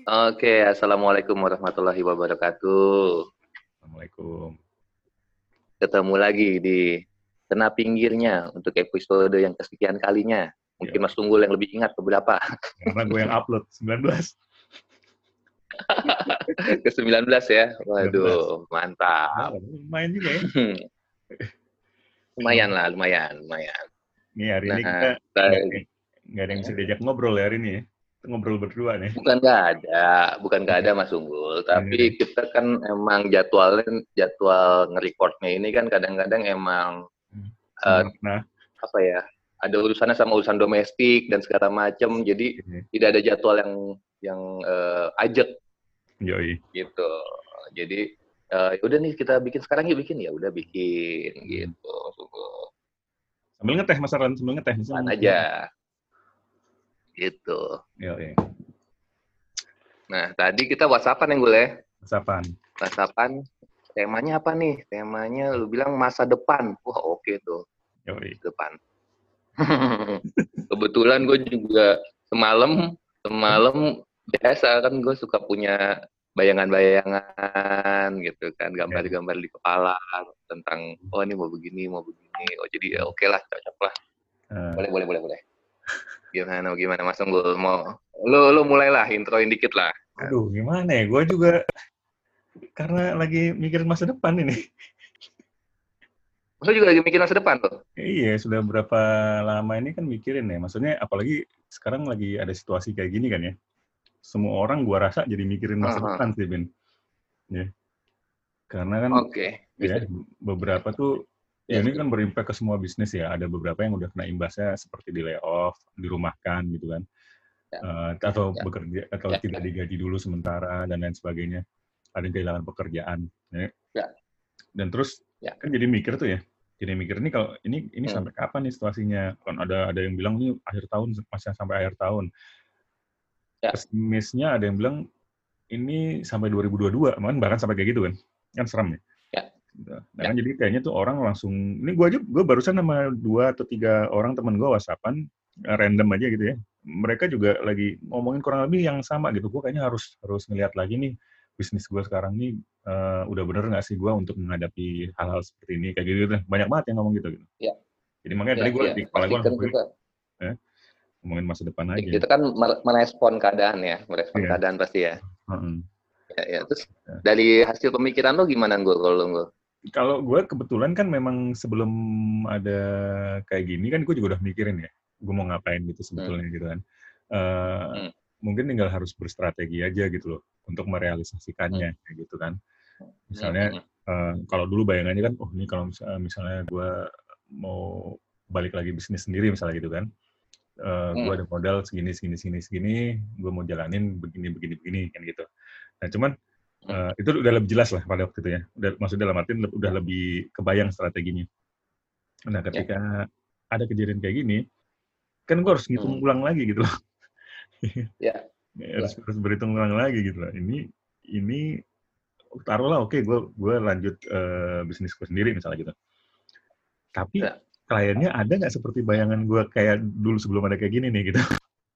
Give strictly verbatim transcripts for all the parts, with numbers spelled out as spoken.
Oke, assalamualaikum warahmatullahi wabarakatuh. Assalamualaikum. Ketemu lagi di Kena Pinggirnya untuk episode yang kesekian kalinya. Ya, Mungkin Mas Tunggul yang lebih ingat keberapa. karena gue yang upload sembilan belas. Ke sembilan belas ya. sembilan belas. Waduh, Wah, mantap. lumayan juga ya. Lumayan lah, lumayan, lumayan. Nih hari ini kita Nah, nggak kita- ada, nggak ada yang ya, bisa diajak ngobrol ya hari ini ya. Kita ngobrol berdua nih. bukan nggak ada, bukan nggak ada Mas Tunggul, Iya. tapi kita kan emang jadwalnya jadwal nge-recordnya ini kan kadang-kadang emang eh, Semena. apa ya, ada urusannya sama urusan domestik dan segala macam, jadi Iya. tidak ada jadwal yang yang uh, ajak Yoi. gitu. Jadi uh, udah nih kita bikin sekarang yuk bikin ya udah bikin Hmm. gitu. Sambil ngeteh Mas Aran, sambil ngeteh. Apaan aja gitu. Yoi. Nah tadi kita whatsappan yang gue Whatsappan. whatsappan temanya apa nih? Temanya lu bilang masa depan. Wah oke okay tuh. Yoi. Depan. Kebetulan gue juga semalam semalam biasa kan gue suka punya bayangan-bayangan gitu kan, gambar-gambar di kepala tentang oh ini mau begini mau begini, oh jadi ya oke okay lah, cocok lah. Uh. boleh boleh boleh boleh gimana gimana Mas Unggul, mau lu lu mulailah introin dikit lah. Aduh gimana ya, gue juga karena lagi mikirin masa depan ini. Lu juga lagi mikirin masa depan tuh? Iya, sudah berapa lama ini kan mikirin ya. Maksudnya apalagi sekarang lagi ada situasi kayak gini kan ya. Semua orang gua rasa jadi mikirin masa uh-huh. depan sih, Ben. Ya. Karena kan okay. ya, beberapa tuh ya, ya ini kan berimpact ke semua bisnis ya. Ada beberapa yang udah kena imbasnya seperti di layoff, dirumahkan gitu kan. Ya. Uh, atau ya. bekerja atau ya. tidak digaji dulu sementara dan lain sebagainya. Ada yang kehilangan pekerjaan. Ya. Ya. Dan terus ya. kan jadi mikir tuh ya. Jadi mikir ini kalau ini ini hmm. sampai kapan nih situasinya? Kan ada ada yang bilang nih akhir tahun, masih sampai akhir tahun. Ya. Pesimisnya ada yang bilang ini sampai dua ribu dua puluh dua, kan bahkan sampai kayak gitu kan. Kan serem ya. Ya. Nah, ya. kan jadi kayaknya tuh orang langsung, ini gue aja, gue barusan sama dua atau tiga orang temen gue whatsappan, random aja gitu ya. Mereka juga lagi ngomongin kurang lebih yang sama gitu. Gue kayaknya harus harus ngeliat lagi nih, bisnis gue sekarang nih uh, udah bener nggak sih gue untuk menghadapi hal-hal seperti ini, kayak gitu, gitu. Banyak banget yang ngomong gitu. gitu. Ya. Jadi makanya ya, tadi gue ya. di kepala gue langsung ya, ngomongin masa depan aja. Kita kan merespon keadaan ya, merespon ya. keadaan pasti ya. Uh-uh. Ya, ya. Terus ya. dari hasil pemikiran lo gimana gue kalau lo? Kalau gue kebetulan kan memang sebelum ada kayak gini kan gue juga udah mikirin ya, gue mau ngapain gitu sebetulnya hmm. gitu kan. Uh, hmm. Mungkin tinggal harus berstrategi aja gitu loh untuk merealisasikannya hmm. kayak gitu kan. Misalnya hmm. uh, kalau dulu bayangannya kan, oh ini kalau misalnya, misalnya gue mau balik lagi bisnis sendiri misalnya gitu kan. Uh, hmm. Gue ada modal segini, segini, segini, segini, gue mau jalanin begini, begini, begini, kan gitu. Nah cuman uh, hmm. itu udah lebih jelas lah pada waktu itu ya. Udah, maksudnya dalam artian udah lebih kebayang strateginya. Nah ketika ya. ada kejadian kayak gini, kan gue harus ngitung hmm. ulang lagi gitu loh. ya. harus, ya. harus berhitung ulang lagi gitu loh. Ini, ini taruhlah oke, okay, gue gue lanjut uh, bisnis gue sendiri misalnya gitu. Tapi ya. kliennya ada nggak seperti bayangan gue kayak dulu sebelum ada kayak gini nih gitu.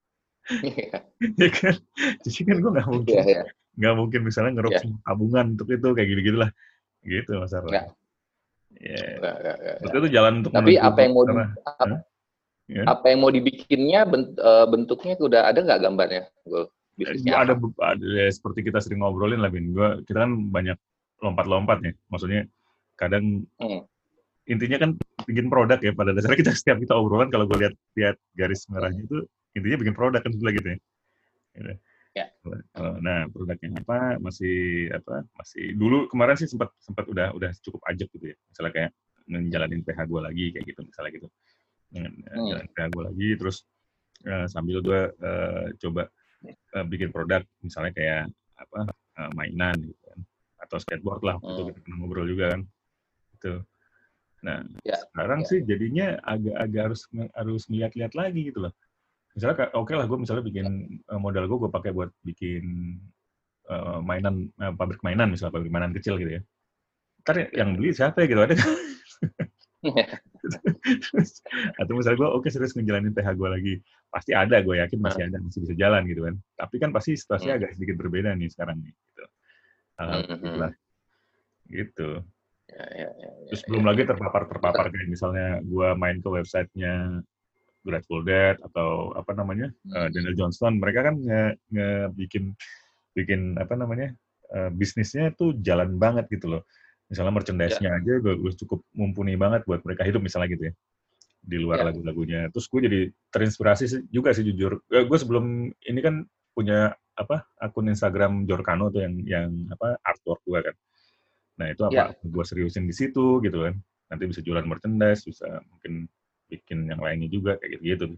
Ya kan, jadi kan gue nggak mungkin nggak yeah, yeah. mungkin misalnya ngeruk yeah. tabungan untuk itu kayak gitu gitulah, gitu masalahnya. Ya, yeah. itu jalan untuk. Tapi apa yang mau di, apa, yeah. apa yang mau dibikinnya bent, uh, bentuknya udah ada nggak gambarnya? Gue ada, ada ya, seperti kita sering ngobrolin lah, Bin. Gua kita kan banyak lompat-lompat ya, maksudnya kadang. Hmm. Intinya kan bikin produk ya, pada dasarnya kita setiap kita obrolan kalau gue lihat lihat garis merahnya itu intinya bikin produk kan sebelah gitu ya. Ya. Nah produknya apa masih apa masih dulu kemarin sih sempat sempat udah udah cukup ajak gitu ya, misalnya kayak ngejalanin P H gue lagi kayak gitu misalnya gitu, ngejalanin hmm. P H gue lagi terus uh, sambil gue uh, coba uh, bikin produk misalnya kayak apa uh, mainan gitu kan atau skateboard lah waktu hmm. itu kita pernah ngobrol juga kan itu. Nah, ya, sekarang ya. sih jadinya agak-agak harus harus lihat-lihat lagi gitu loh. Misalnya, oke okay lah gue misalnya bikin uh, modal gue gue pakai buat bikin uh, mainan, uh, pabrik mainan misalnya pabrik mainan kecil gitu ya. Ntar yang beli siapa ya gitu ada. Atau misalnya gue oke okay, serius ngejalanin P H gue lagi. pasti ada, gue yakin masih ada, masih bisa jalan gitu kan. Tapi kan pasti situasinya agak sedikit berbeda nih sekarang nih. Gitu. Alhamdulillah. Gitu. Ya, ya, ya, Terus ya, belum ya, lagi ya. terpapar-terpapar kayak misalnya gue main ke websitenya Grateful Dead atau apa namanya uh, Daniel Johnston, mereka kan nge, nge bikin bikin apa namanya uh, bisnisnya tuh jalan banget gitu loh. Misalnya merchandise-nya ya. aja gue, gue cukup mumpuni banget buat mereka hidup misalnya gitu ya di luar ya. lagu-lagunya. Terus gue jadi terinspirasi juga sih jujur. Uh, gue sebelum ini kan punya apa akun Instagram Jorkano tuh yang yang apa artwork gue kan. Nah itu apa ya. gue seriusin di situ gitu kan. Nanti bisa jualan merchandise, bisa mungkin bikin yang lainnya juga kayak gitu-gitu.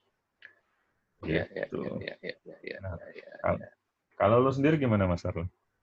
Iya, iya, Gitu. iya, iya, iya, iya, iya, Nah, iya, kalau, iya. kalau lo sendiri gimana Mas Arlo?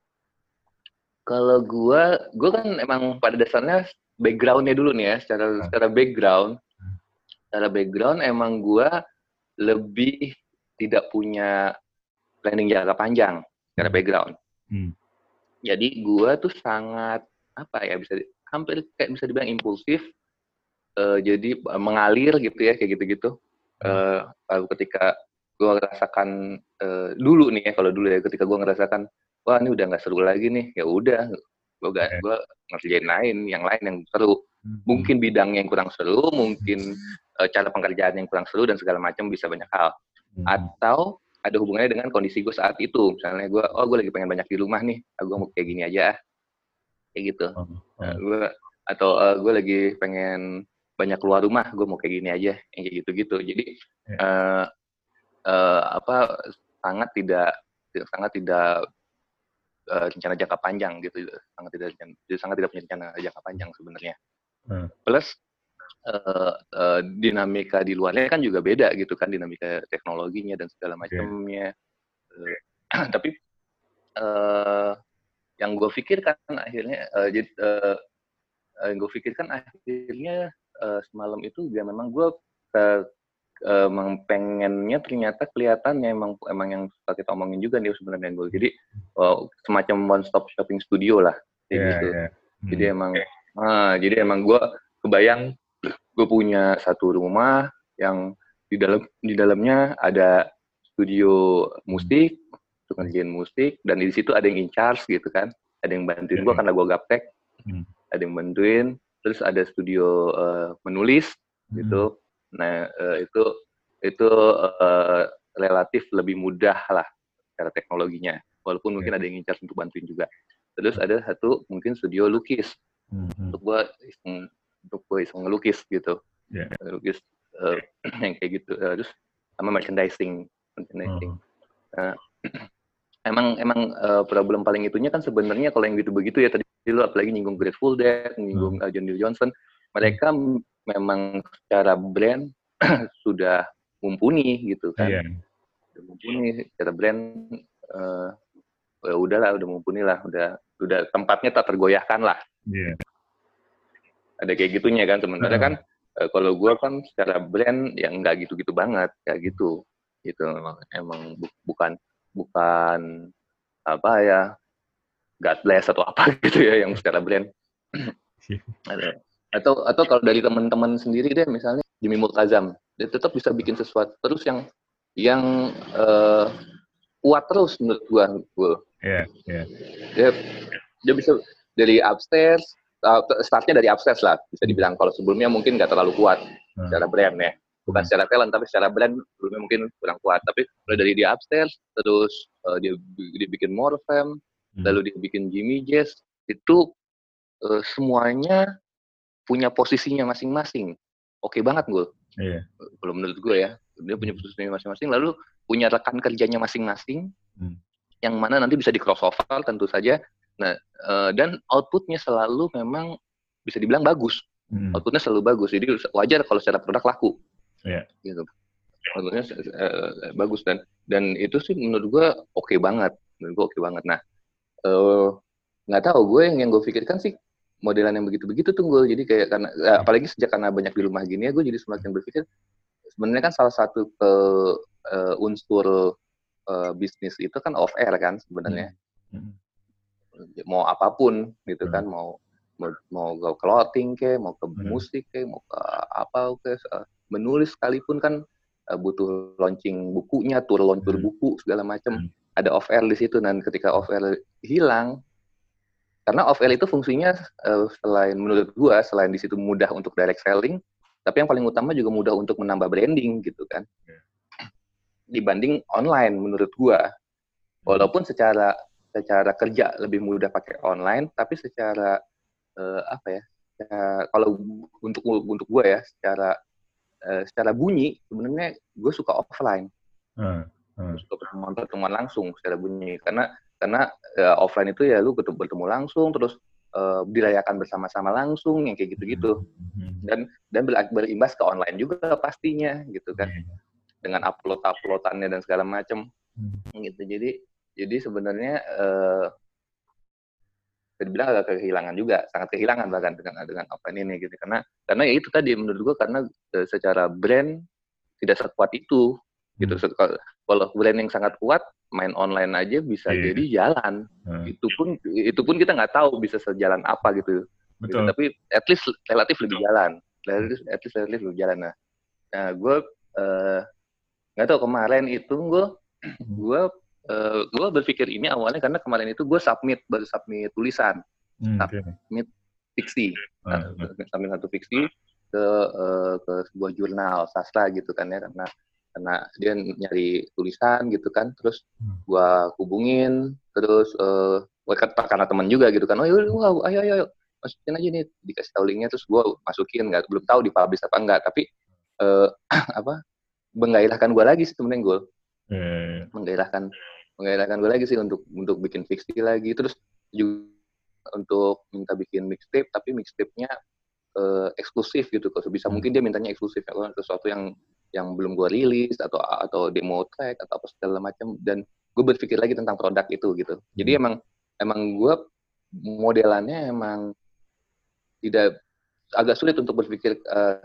Kalau gua, gua kan emang pada dasarnya background-nya dulu nih ya, secara Nah. secara background, secara background emang gua lebih tidak punya planning jangka panjang secara Hmm. background. Hmm. Jadi gua tuh sangat apa ya bisa hampir kayak bisa dibilang impulsif. Uh, jadi mengalir gitu ya kayak gitu-gitu. Uh, lalu ketika gue ngerasakan uh, dulu nih ya kalau dulu ya ketika gue ngerasakan wah ini udah nggak seru lagi nih ya udah gue gak Yeah. gue ngerjain lain yang lain yang seru. Mungkin bidangnya yang kurang seru, mungkin uh, cara pengerjaan yang kurang seru dan segala macam bisa banyak hal. Atau ada hubungannya dengan kondisi gue saat itu. Misalnya gue oh gue lagi pengen banyak di rumah nih, ah, gue mau kayak gini aja kayak gitu. Oh, oh. Nah, gue atau uh, gue lagi pengen banyak keluar rumah, gue mau kayak gini aja, yang kayak gitu-gitu. Jadi yeah. uh, uh, apa sangat tidak, sangat tidak uh, rencana jangka panjang gitu, sangat tidak, sangat tidak punya rencana jangka panjang sebenarnya. Hmm. Plus uh, uh, dinamika di luarnya kan juga beda gitu kan, dinamika teknologinya dan segala macamnya. Yeah. Uh, tapi uh, yang gue pikirkan akhirnya, uh, jadi uh, yang gue pikirkan akhirnya uh, semalam itu ya memang gue uh, uh, pengennya ternyata kelihatannya emang emang yang kita omongin juga nih sebenarnya gue. Jadi uh, semacam one stop shopping studio lah kayak yeah, gitu. Yeah. Hmm. Jadi emang ah, jadi emang gue kebayang gue punya satu rumah yang di dalam di dalamnya ada studio musik, untuk ngerjain musik, dan di situ ada yang in charge gitu kan, ada yang bantuin gue karena gue gaptek. Hmm. Ada yang bantuin, terus ada studio uh, menulis gitu. Hmm. Nah uh, itu itu uh, relatif lebih mudah lah cara teknologinya, walaupun mungkin yeah. ada yang ngincar untuk bantuin juga. Terus ada satu mungkin studio lukis, hmm. untuk gua iseng, untuk gua iseng ngelukis gitu, yeah. lukis uh, yang kayak gitu. Uh, terus sama merchandising, merchandising. Hmm. Uh, emang emang uh, problem paling itunya kan sebenarnya kalau yang gitu begitu ya tadi lu apalagi nyinggung Grateful Dead, nyinggung hmm. uh, Daniel Johnston, mereka hmm. memang secara brand sudah mumpuni gitu kan, yeah. udah mumpuni secara brand, uh, ya udahlah udah mumpuni lah, udah udah tempatnya tak tergoyahkan lah, yeah. ada kayak gitunya kan, sementara uh. kan uh, kalau gue kan secara brand yang nggak gitu-gitu banget, kayak gitu, gitu emang emang bu bukan bukan apa ya God bless atau apa gitu ya yang secara brand. atau atau kalau dari teman-teman sendiri deh misalnya Jimmy Multazam, dia tetap bisa bikin sesuatu terus yang yang uh, kuat terus menurut gua. gua. Yeah, yeah. Dia dia bisa dari upstairs, uh, startnya dari upstairs lah bisa dibilang. Kalau sebelumnya mungkin nggak terlalu kuat hmm. secara brand ya, bukan hmm. secara talent tapi secara brand sebelumnya mungkin kurang kuat. Tapi mulai dari dia upstairs terus uh, dia dia bikin Morfem, hmm. lalu dia bikin Jimmy Jazz, itu uh, semuanya punya posisinya masing-masing. Oke banget gue. Yeah. Kalau menurut gue ya, dia punya posisinya masing-masing, lalu punya rekan kerjanya masing-masing, hmm. yang mana nanti bisa di crossover tentu saja. Nah, uh, dan outputnya selalu memang bisa dibilang bagus. Hmm. Outputnya selalu bagus. Jadi wajar kalau secara produk laku. Yeah. Gitu. Outputnya uh, bagus dan dan itu sih menurut gue oke okay banget. Menurut gue oke okay banget. Nah, nggak uh, tahu gue yang yang gue pikirkan sih modelan yang begitu-begitu tuh gue. Jadi kayak karena ya, apalagi sejak karena banyak di rumah gini ya, gue jadi semakin berpikir sebenarnya kan salah satu ke uh, unsur uh, bisnis itu kan off air kan sebenarnya. Hmm. Mau apapun gitu hmm. kan, mau mau mau ke clothing ke, mau ke hmm. musik ke, mau ke apa ke, menulis sekalipun kan uh, butuh launching bukunya, tur launch tur Hmm. buku segala macam, Hmm. ada off air di situ. Dan ketika off air hilang, karena off air itu fungsinya uh, selain menurut gua selain di situ mudah untuk direct selling, tapi yang paling utama juga mudah untuk menambah branding gitu kan. Dibanding online menurut gua. Walaupun secara secara kerja lebih mudah pakai online, tapi secara uh, apa ya? Ya, kalau untuk untuk gue ya, secara uh, secara bunyi sebenarnya gue suka offline. Hmm. Hmm. Gue suka pertemuan pertemuan langsung secara bunyi, karena karena uh, offline itu ya lu ketemu bertemu langsung, terus uh, dirayakan bersama-sama langsung yang kayak gitu-gitu. Dan dan berimbas ke online juga pastinya gitu kan. Dengan upload-uploadannya dan segala macam. Gitu. Jadi jadi sebenarnya uh, bisa dibilang agak kehilangan juga, sangat kehilangan bahkan dengan dengan offline ini gitu, karena karena ya itu tadi menurut gue, karena e, secara brand tidak sekuat itu gitu. Hmm. Kalau brand yang sangat kuat, main online aja bisa yeah. jadi jalan. Hmm. Itu pun itu pun kita nggak tahu bisa sejalan apa gitu. gitu. Tapi at least relatif lebih jalan, relatif at least relatif lebih jalan. Nah, nah gue nggak uh, tahu kemarin itu gue gue Uh, gue berpikir ini awalnya karena kemarin itu gue submit baru submit tulisan, hmm, submit okay. fiksi, uh, uh. submit satu fiksi ke uh, ke sebuah jurnal sastra gitu kan ya, karena karena dia nyari tulisan gitu kan, terus gue hubungin, terus uh, karena teman juga gitu kan, oh yaudah, wow, ayo ayo ayo masukin aja nih, dikasih tahu linknya, terus gue masukin, nggak belum tahu dipublish apa enggak, tapi uh, apa menggairahkan gue lagi sih sebenarnya gue, hmm. menggairahkan menggairahkan gue lagi sih untuk untuk bikin fiksi lagi, terus juga untuk minta bikin mixtape, tapi mixtape-nya uh, eksklusif gitu, kalau bisa hmm. mungkin dia mintanya eksklusif, ya, sesuatu yang yang belum gue rilis atau atau demo track atau apa segala macam, dan gue berpikir lagi tentang produk itu gitu. Hmm. Jadi emang emang gue modelannya emang tidak agak sulit untuk berpikir uh,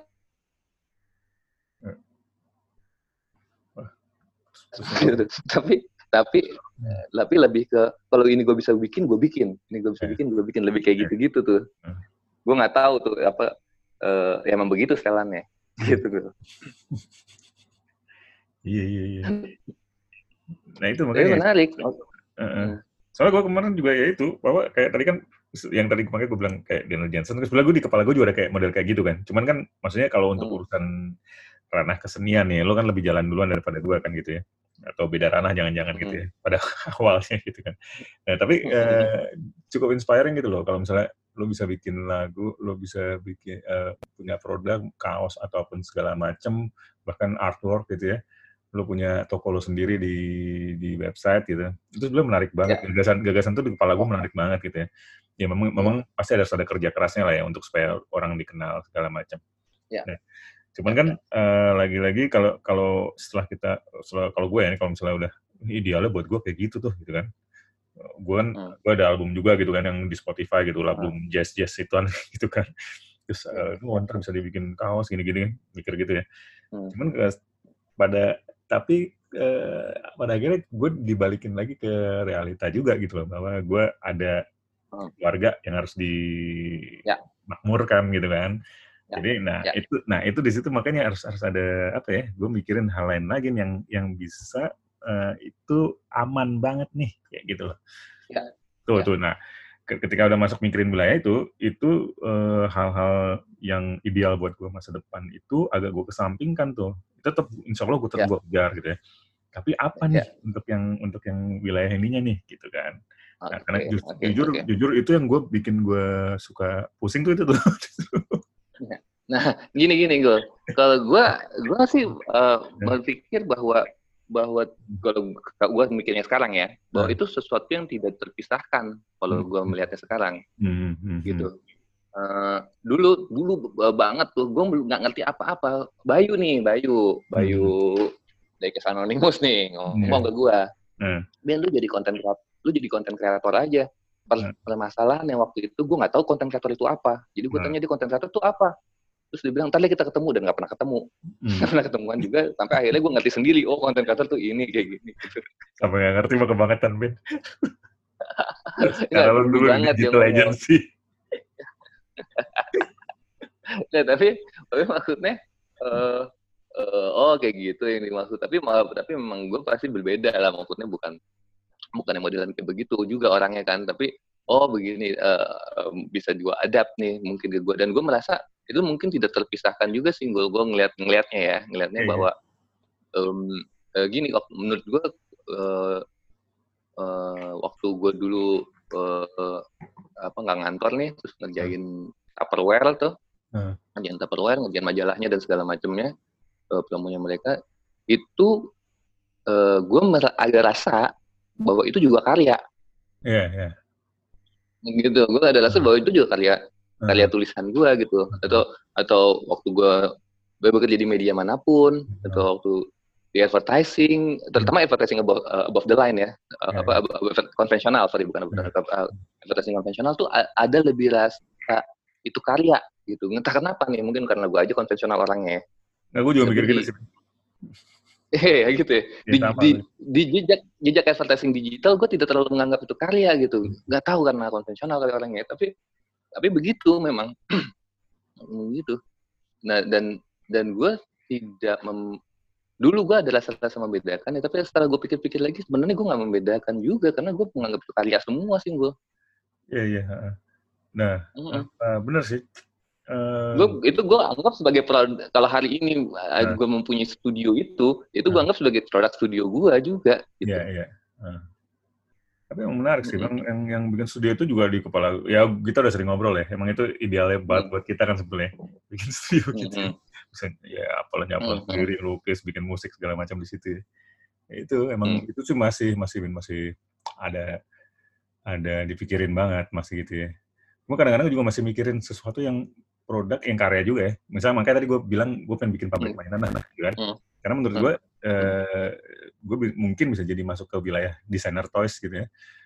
gitu. tapi tapi hmm. tapi lebih ke kalau ini gue bisa bikin gue bikin, ini gue bisa bikin gue bikin, lebih kayak gitu-gitu tuh. Hmm. Gue nggak tahu tuh apa uh, ya emang begitu setelannya gitu tuh. Iya iya iya. Nah itu makanya. Tapi menarik. Uh, uh. Soalnya gue kemarin juga ya itu bahwa kayak tadi kan yang tadi kemarin gue bilang kayak Daniel Jensen, terus sebelah gue di kepala gue juga ada kayak model kayak gitu kan. Cuman kan maksudnya kalau untuk hmm. urusan ranah kesenian nih, lo kan lebih jalan duluan daripada gue kan gitu ya. Atau beda ranah jangan-jangan hmm. gitu ya pada awalnya gitu kan. Nah tapi hmm. uh, cukup inspiring gitu loh kalau misalnya lo bisa bikin lagu, lo bisa bikin uh, punya produk, kaos ataupun segala macam, bahkan artwork gitu ya. Lo punya toko lo sendiri di di website gitu. Itu sebenarnya menarik banget. Ya. Gagasan gagasan tuh di kepala gue menarik banget gitu ya. Ya memang hmm. memang pasti ada ada kerja kerasnya lah ya untuk supaya orang dikenal segala macam. Ya. Nah, cuman kan uh, lagi-lagi kalau kalau setelah kita setelah, kalau gue ya kalau misalnya udah idealnya buat gue kayak gitu tuh gitu kan, gue kan hmm. gue ada album juga gitu kan yang di Spotify gitu, album hmm. jazz jazz ituan gitu kan, terus uh, gue ntar bisa dibikin kaos gini-gini mikir gitu ya. Hmm. Cuman uh, pada tapi uh, pada akhirnya gue dibalikin lagi ke realita juga gitu loh, bahwa gue ada hmm. keluarga yang harus dimakmurkan ya. Gitu kan. Ya, jadi nah ya. itu nah itu di situ makanya harus harus ada apa ya, gue mikirin hal lain lagi yang yang bisa uh, itu aman banget nih kayak gitu loh. Ya, tuh ya. tuh nah ketika udah masuk mikirin wilayah itu itu uh, hal-hal yang ideal buat gue masa depan itu agak gue kesampingkan tuh, tetap insya Allah gue tetap ya. gue kejar gitu ya, tapi apa nih ya. untuk yang untuk yang wilayah ininya nih gitu kan. Nah, okay, karena ju okay, jujur okay. jujur itu yang gue bikin gue suka pusing tuh itu tuh. Nah, gini-gini gue, kalau gue, gue sih uh, berpikir bahwa bahwa kalau gue mikirnya sekarang ya, bahwa hmm. itu sesuatu yang tidak terpisahkan kalau hmm. gue melihatnya sekarang, hmm. Hmm. gitu. Uh, dulu dulu banget tuh, gue belum nggak ngerti apa-apa. Bayu nih, Bayu, Bayu hmm. dari Kes Anonymous nih ngomong hmm. ke gue, hmm. Ben lu jadi konten kreator, lu jadi konten kreator aja. Permasalahan yang waktu itu gue nggak tahu konten kreator itu apa, jadi gue tanya di konten kreator itu apa. Terus dia bilang, ntar kita ketemu, dan nggak pernah ketemu. Hmm. Nggak pernah ketemuan juga, sampai akhirnya gue ngerti sendiri, oh konten kreator tuh ini, kayak gini. Gitu. Sampai nggak ngerti mah kebangetan, Ben. Karena lo dulu di digital agency. Nah, tapi, tapi maksudnya, uh, uh, oh kayak gitu yang dimaksud. Tapi tapi memang gue pasti berbeda lah, maksudnya bukan bukan yang modelan kayak begitu juga orangnya kan, tapi oh begini uh, bisa juga adapt nih mungkin ke gue, dan gue merasa itu mungkin tidak terpisahkan juga sih gue gue ngeliat ngelihatnya ya ngelihatnya yeah, bahwa um, uh, gini menurut gue uh, uh, waktu gue dulu uh, apa nggak ngantor nih terus ngerjain Tupperware tuh uh. ngerjain Tupperware ngerjain majalahnya dan segala macamnya uh, promonya mereka itu uh, gue mer- agak rasa bahwa itu juga karya. Iya, iya. Gitu, gue ada rasa uh. bahwa itu juga karya uh. karya tulisan gue gitu, uh. atau atau waktu gue gue bekerja di media manapun, uh. atau waktu di advertising, terutama advertising above, uh, above the line ya, uh, apa yeah. konvensional, sorry bukan uh. uh, advertising konvensional tuh ada lebih rasa itu karya gitu. Entah kenapa nih, mungkin karena gue aja konvensional orangnya. Nah, gue juga mikir gitu sih. Eh, gitu ya. Di, ya, di, di jejak jejak advertising digital, gue tidak terlalu menganggap itu karya gitu. Gak tahu karena konvensional kali orangnya, tapi tapi begitu memang, begitu. Nah dan dan gue tidak mem, dulu gue adalah rasa membedakan, ya, tapi setelah gue pikir-pikir lagi, sebenarnya gue nggak membedakan juga karena gue menganggap itu karya semua sih gue. Iya iya. Nah, mm-hmm. uh, benar sih. Uh, gue itu gue anggap sebagai produk, kalau hari ini uh, gue mempunyai studio itu, itu gue uh, anggap sebagai produk studio gue juga. Gitu. Iya iya. Uh. Tapi yang menarik sih, mm-hmm. yang yang bikin studio itu juga di kepala. Ya kita udah sering ngobrol ya. Emang itu idealnya banget mm-hmm. buat kita kan sebenarnya bikin studio gitu. Mm-hmm. Bisa ya apalah nyaplon mm-hmm. sendiri, lukis, bikin musik segala macam di situ. Ya, itu emang mm-hmm. itu sih masih masih masih ada ada dipikirin banget masih gitu ya. Cuma kadang-kadang juga masih mikirin sesuatu yang produk yang karya juga ya. Misalnya makanya tadi gue bilang gue pengen bikin pabrik mainan lah, gitu kan. Mm. Karena menurut gue, uh, gue bi- mungkin bisa jadi masuk ke wilayah designer toys gitu ya.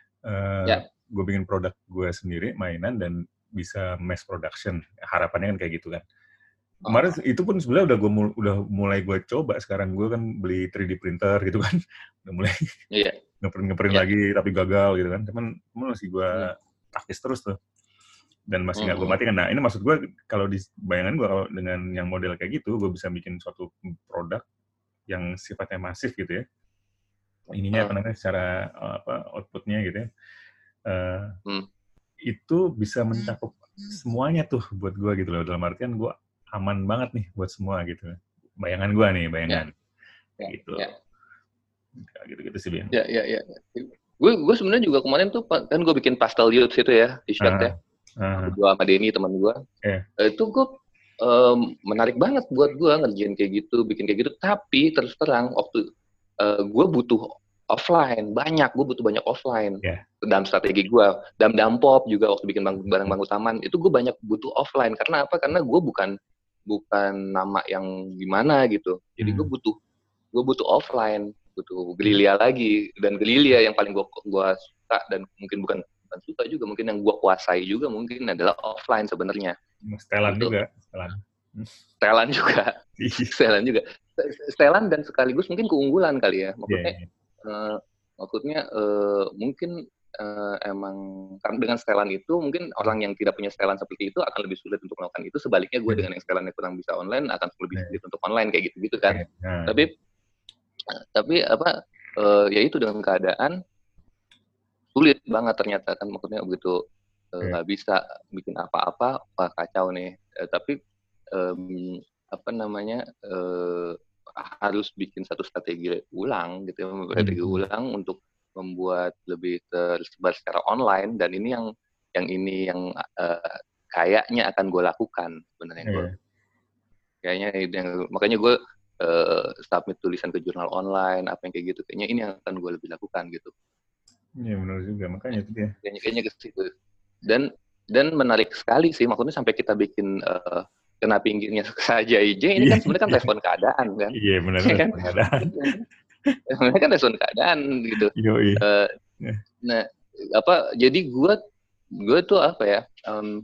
Uh, yeah. Gue bikin produk gue sendiri mainan dan bisa mass production. Harapannya kan kayak gitu kan. Kemarin oh. itu pun sebenarnya udah gue mul- udah mulai gue coba. Sekarang gue kan beli three D printer gitu kan. Udah mulai yeah. ngeprint ngeprint yeah. lagi tapi gagal gitu kan. Cuman masih gue mm. taktis terus tuh. Dan masih nggak mm-hmm. gue matikan. Nah ini maksud gue kalau di bayangan gue kalau dengan yang model kayak gitu gue bisa bikin suatu produk yang sifatnya masif gitu ya. Ininya uh. apa namanya secara apa outputnya gitu ya. Uh, mm. Itu bisa mencakup semuanya tuh buat gue gitu loh. Dalam artian gue aman banget nih buat semua gitu. Bayangan gue nih bayangan. Yeah. Gitu. Yeah. Gitu-gitu sih Bian. Ya ya ya. Gue gue sebenarnya juga kemarin tuh kan gue bikin pastel youth itu ya t-shirt uh. ya. Uh-huh. Gue sama Denny teman gue, yeah. itu gue um, menarik banget buat gue ngerjain kayak gitu, bikin kayak gitu. Tapi terus terang waktu uh, gue butuh offline banyak, gue butuh banyak offline yeah. dalam strategi gue. Dalam dampop juga waktu bikin barang bangku taman itu gue banyak butuh offline. Karena apa? Karena gue bukan bukan nama yang gimana gitu. Jadi gue butuh gue butuh offline, butuh Gelilia lagi, dan Gelilia yang paling gue gue suka dan mungkin bukan suka juga mungkin yang gue kuasai juga mungkin adalah offline sebenarnya. Setelan gitu. juga, setelan. Setelan juga, setelan juga, setelan dan sekaligus mungkin keunggulan kali ya. Maksudnya, yeah, yeah. Uh, maksudnya uh, mungkin uh, emang karena dengan setelan itu mungkin orang yang tidak punya setelan seperti itu akan lebih sulit untuk melakukan itu. Sebaliknya gue yeah. dengan yang setelannya kurang bisa online akan lebih sulit yeah. untuk online kayak gitu-gitu kan. Yeah. Yeah. Tapi, uh, tapi apa? Uh, ya itu dengan keadaan sulit banget ternyata kan, maksudnya begitu nggak uh, yeah. bisa bikin apa-apa, wah kacau nih. Uh, tapi um, apa namanya uh, harus bikin satu strategi ulang gitu, strategi mm-hmm. ulang untuk membuat lebih tersebar secara online, dan ini yang yang ini yang uh, kayaknya akan gue lakukan sebenarnya. Yeah. Gue kayaknya yang, makanya gue uh, submit tulisan ke jurnal online apa yang kayak gitu, kayaknya ini yang akan gue lebih lakukan gitu. Iya benar juga, makanya itu dia. Kayaknya, kayaknya ke situ. Dan dan menarik sekali sih, maksudnya sampai kita bikin uh, kena pinggirnya saja aja, ini kan sebenarnya kan respon keadaan kan. Iya benar, respon kan? keadaan. Sebenarnya kan respon keadaan gitu. Uh, yeah. Nah, apa? Jadi gue gue tuh apa ya? Um,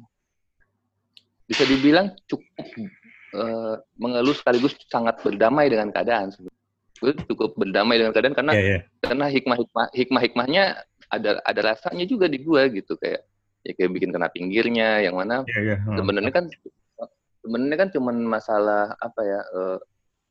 bisa dibilang cukup uh, mengeluh sekaligus sangat berdamai dengan keadaan. Gue cukup berdamai dengan keadaan karena yeah, yeah. karena hikmah-hikmah hikmah-hikmahnya ada ada rasanya juga di gue gitu, kayak ya kayak bikin kena pinggirnya yang mana yeah, yeah. Hmm. sebenarnya kan sebenarnya kan cuman masalah apa ya uh,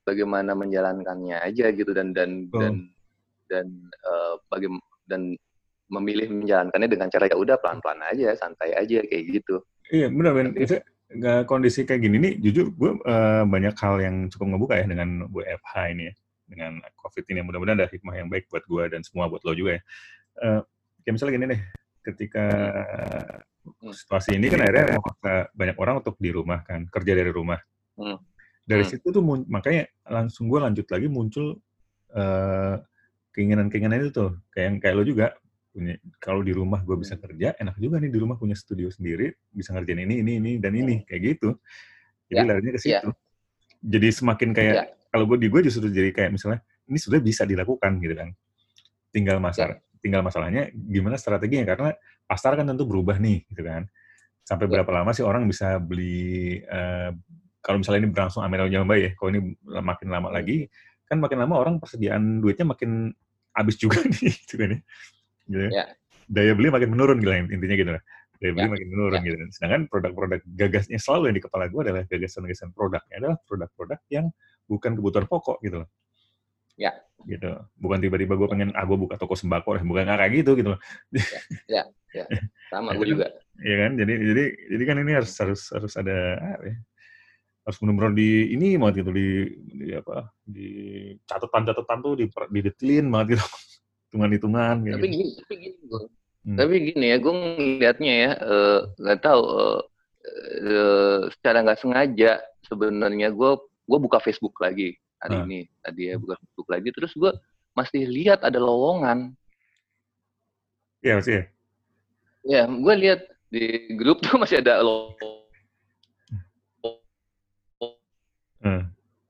bagaimana menjalankannya aja gitu dan dan oh. dan dan uh, bagaimana dan memilih menjalankannya dengan cara ya udah pelan-pelan aja, santai aja kayak gitu. Iya benar Ben. Itu kondisi kayak gini nih, jujur gue uh, banyak hal yang cukup ngebuka ya dengan W F H ini ya, dengan COVID ini. Mudah-mudahan ada hikmah yang baik buat gue dan semua buat lo juga ya. Uh, kayak misalnya gini deh, ketika hmm. situasi ini kan akhirnya banyak orang untuk di rumah kan, kerja dari rumah. Hmm. Dari hmm. situ tuh makanya langsung gue lanjut lagi muncul uh, keinginan-keinginan itu tuh, kayak yang kayak lo juga punya. Kalau di rumah gue bisa kerja, enak juga nih di rumah punya studio sendiri, bisa ngerjain ini, ini, ini dan ini kayak gitu. Jadi ya, larinya ke situ. Ya. Jadi semakin kayak ya. Kalau gue di gue justru jadi kayak misalnya ini sudah bisa dilakukan gitu kan. Tinggal masalah, ya. tinggal masalahnya gimana strateginya karena pasar kan tentu berubah nih gitu kan. Sampai ya. berapa lama sih orang bisa beli uh, kalau misalnya ini berlangsung amin aja mbak ya, kalau ini makin lama hmm. lagi, kan makin lama orang persediaan duitnya makin habis juga nih, gitu kan ya. Gitu. Ya. Daya beli makin menurun, gitu, intinya gitu lah. Daya beli ya. makin menurun, ya. gitu. Sedangkan produk-produk gagasnya selalu yang di kepala gue adalah gagasan-gagasan produknya adalah produk-produk yang bukan kebutuhan pokok, gitu loh. Ya. Gitu. Bukan tiba-tiba gue pengen, ah gue buka toko sembako, bukan kayak gitu, gitu loh. Ya, ya. ya. Sama gue juga. Iya kan, jadi jadi jadi kan ini harus harus harus ada apa ya? Harus benar-benar di ini banget gitu di, di apa di catatan-catatan tuh di didetilin banget gitu hitungan-hitungan tapi gitu. gini tapi gini gue hmm. tapi gini ya gue ngeliatnya ya nggak uh, tahu uh, uh, secara nggak sengaja sebenarnya gue gue buka Facebook lagi hari hmm. ini tadi ya buka Facebook lagi terus gue masih lihat ada lowongan. Iya masih ya. Ya gue lihat di grup tuh masih ada lowongan. Hmm.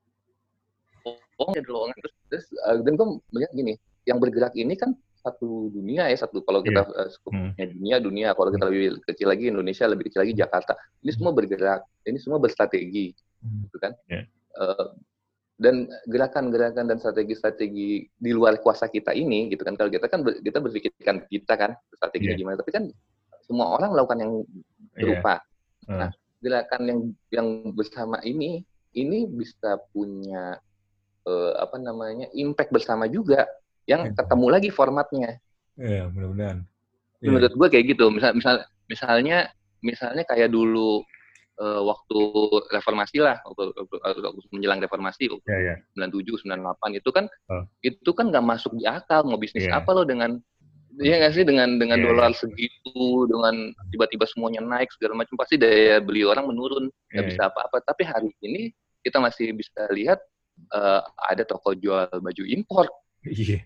Oh, ada lowongan terus, terus uh, dan gue melihat gini, yang bergerak ini kan satu dunia ya satu kalau kita yeah. uh, skupnya hmm. dunia dunia kalau kita lebih kecil lagi Indonesia lebih kecil lagi Jakarta ini semua bergerak ini semua berstrategi hmm. gitu kan yeah. uh, dan gerakan-gerakan dan strategi-strategi di luar kuasa kita ini gitu kan kalau kita kan ber, kita berpikirkan kita kan strateginya yeah. gimana tapi kan semua orang melakukan yang berupa yeah. uh. nah gerakan yang yang bersama ini ini bisa punya uh, apa namanya impact bersama juga yang ketemu lagi formatnya. Iya, mudah-mudahan. Yeah. Menurut gue kayak gitu. Misal, misal, misalnya, misalnya kayak dulu uh, waktu reformasi lah, waktu, waktu, waktu menjelang reformasi, waktu yeah, yeah. sembilan puluh tujuh, sembilan puluh delapan itu kan, oh. itu kan nggak masuk di akal mau bisnis yeah. apa lo dengan, ya nggak sih dengan dengan yeah, dolar yeah. segitu, dengan tiba-tiba semuanya naik segala macam pasti daya beli orang menurun, nggak yeah, bisa yeah. apa-apa. Tapi hari ini kita masih bisa lihat uh, ada toko jual baju impor. Iya.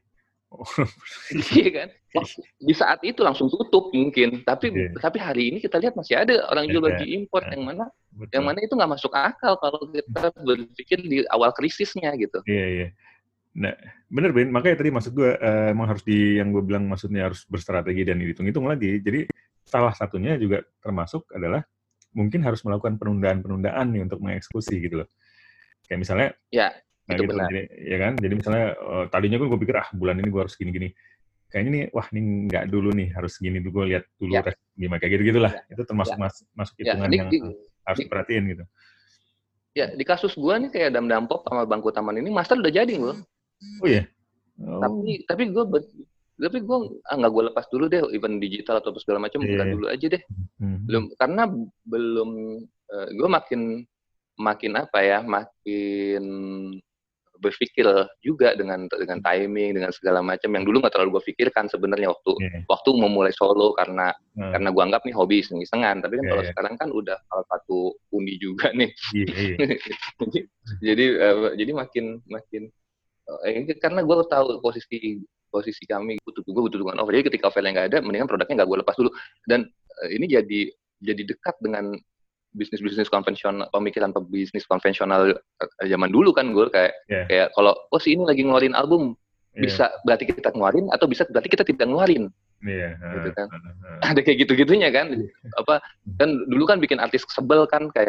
Iya kan? Di saat itu langsung tutup mungkin, tapi yeah. tapi hari ini kita lihat masih ada orang jual baju impor yeah. yang mana Betul. yang mana itu nggak masuk akal kalau kita berpikir di awal krisisnya gitu. Iya yeah, iya. Yeah. Nah, bener Ben, makanya tadi maksud gue uh, emang harus di yang gue bilang maksudnya harus berstrategi dan dihitung-hitung lagi. Jadi salah satunya juga termasuk adalah mungkin harus melakukan penundaan-penundaan nih untuk mengeksekusi gitu loh. Kayak misalnya ya. Nah, itu gitu, benar. Jadi, ya kan? Jadi misalnya uh, tadinya kan gue pikir ah bulan ini gue harus gini-gini. Kayaknya nih wah ini nggak dulu nih harus gini dulu gue lihat dulu ya. Gimana kayak gitu-gitulah. Ya. Itu termasuk ya. mas, masuk hitungan ya. di, yang di, harus di, diperhatiin gitu. Ya di kasus gue nih kayak Dam Dampok sama Bangku Taman ini master udah jadi gue. Oh iya. Oh. Tapi tapi gue tapi gue ah nggak gue lepas dulu deh event digital atau segala macam yeah. dulu aja deh. Hmm. Belum karena belum uh, gue makin makin apa ya makin berpikir juga dengan dengan timing dengan segala macam yang dulu nggak terlalu gue pikirkan sebenarnya waktu yeah. waktu memulai solo karena hmm. karena gue anggap nih hobi iseng-isengan tapi kan yeah, kalau yeah. sekarang kan udah salah satu pundi juga nih yeah, yeah. jadi jadi, uh, jadi makin makin uh, eh, karena gue tahu posisi posisi kami butuh gue butuh dukungan over jadi ketika overnya nggak ada mendingan produknya nggak gue lepas dulu dan uh, ini jadi jadi dekat dengan bisnis-bisnis konvensional, pemikiran pebisnis konvensional zaman dulu kan gue kayak yeah. kayak kalau oh si ini lagi ngeluarin album yeah. bisa berarti kita ngeluarin atau bisa berarti kita tidak ngeluarin, yeah. gitu kan? Uh, uh, uh. Ada kayak gitu-gitunya kan? Apa kan dulu kan bikin artis sebel kan kayak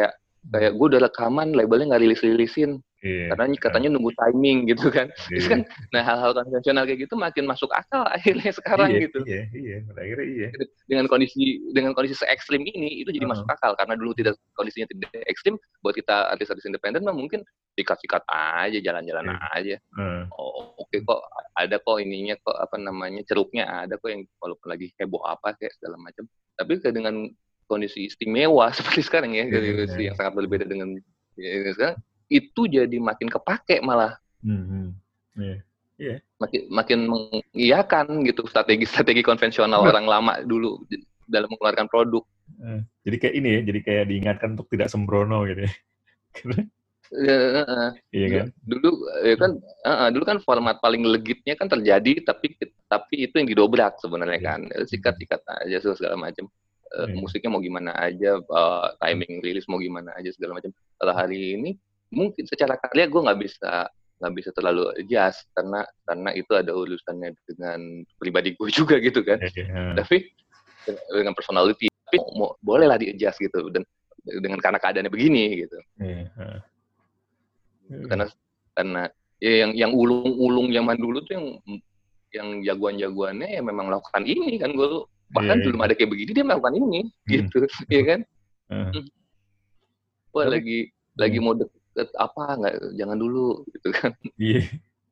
kayak gue udah rekaman, labelnya nggak rilis-rilisin. Yeah. Karena katanya nunggu timing gitu kan. Yeah. Terus kan, nah hal-hal konvensional kayak gitu makin masuk akal akhirnya sekarang yeah, gitu. Iya, iya, akhirnya iya. Dengan kondisi dengan kondisi se-ekstrim ini itu jadi uh-huh. masuk akal karena dulu tidak kondisinya tidak ekstrim, buat kita artis-artis independen mah mungkin sikat-sikat aja, jalan-jalan yeah. aja. Uh. Oh, oke okay, kok ada kok ininya kok apa namanya ceruknya ada kok yang walaupun lagi heboh apa kayak segala macam. Tapi dengan kondisi istimewa seperti sekarang ya, yeah, kondisi yeah. yang sangat berbeda dengan ya, sekarang itu jadi makin kepake malah. Mm-hmm. Yeah. Yeah. Makin makin mengiyakan gitu strategi-strategi konvensional nah. orang lama dulu dalam mengeluarkan produk. Uh, jadi kayak ini ya, jadi kayak diingatkan untuk tidak sembrono gitu ya. ya uh, iya kan? Dulu ya kan uh, dulu kan format paling legitnya kan terjadi tapi tapi itu yang didobrak sebenarnya yeah. kan. Sikat-sikat aja segala macam. Uh, yeah. Musiknya mau gimana aja, uh, timing rilis mau gimana aja segala macam. Kalau hari ini mungkin secara karya gue nggak bisa nggak bisa terlalu adjust karena karena itu ada urusannya dengan pribadi gue juga gitu kan. Yeah. Tapi dengan personality, tapi mau, boleh lah di adjust gitu dan dengan karena keadaannya begini gitu. Yeah. Yeah. Karena karena ya yang yang ulung-ulung zaman dulu tuh yang yang jagoan-jagoannya ya memang melakukan ini kan gue bahkan yeah. belum ada kayak begini dia melakukan ini hmm. gitu, ya kan? Uh. Wah tapi, lagi hmm. lagi mau deket apa nggak jangan dulu gitu kan. Iya.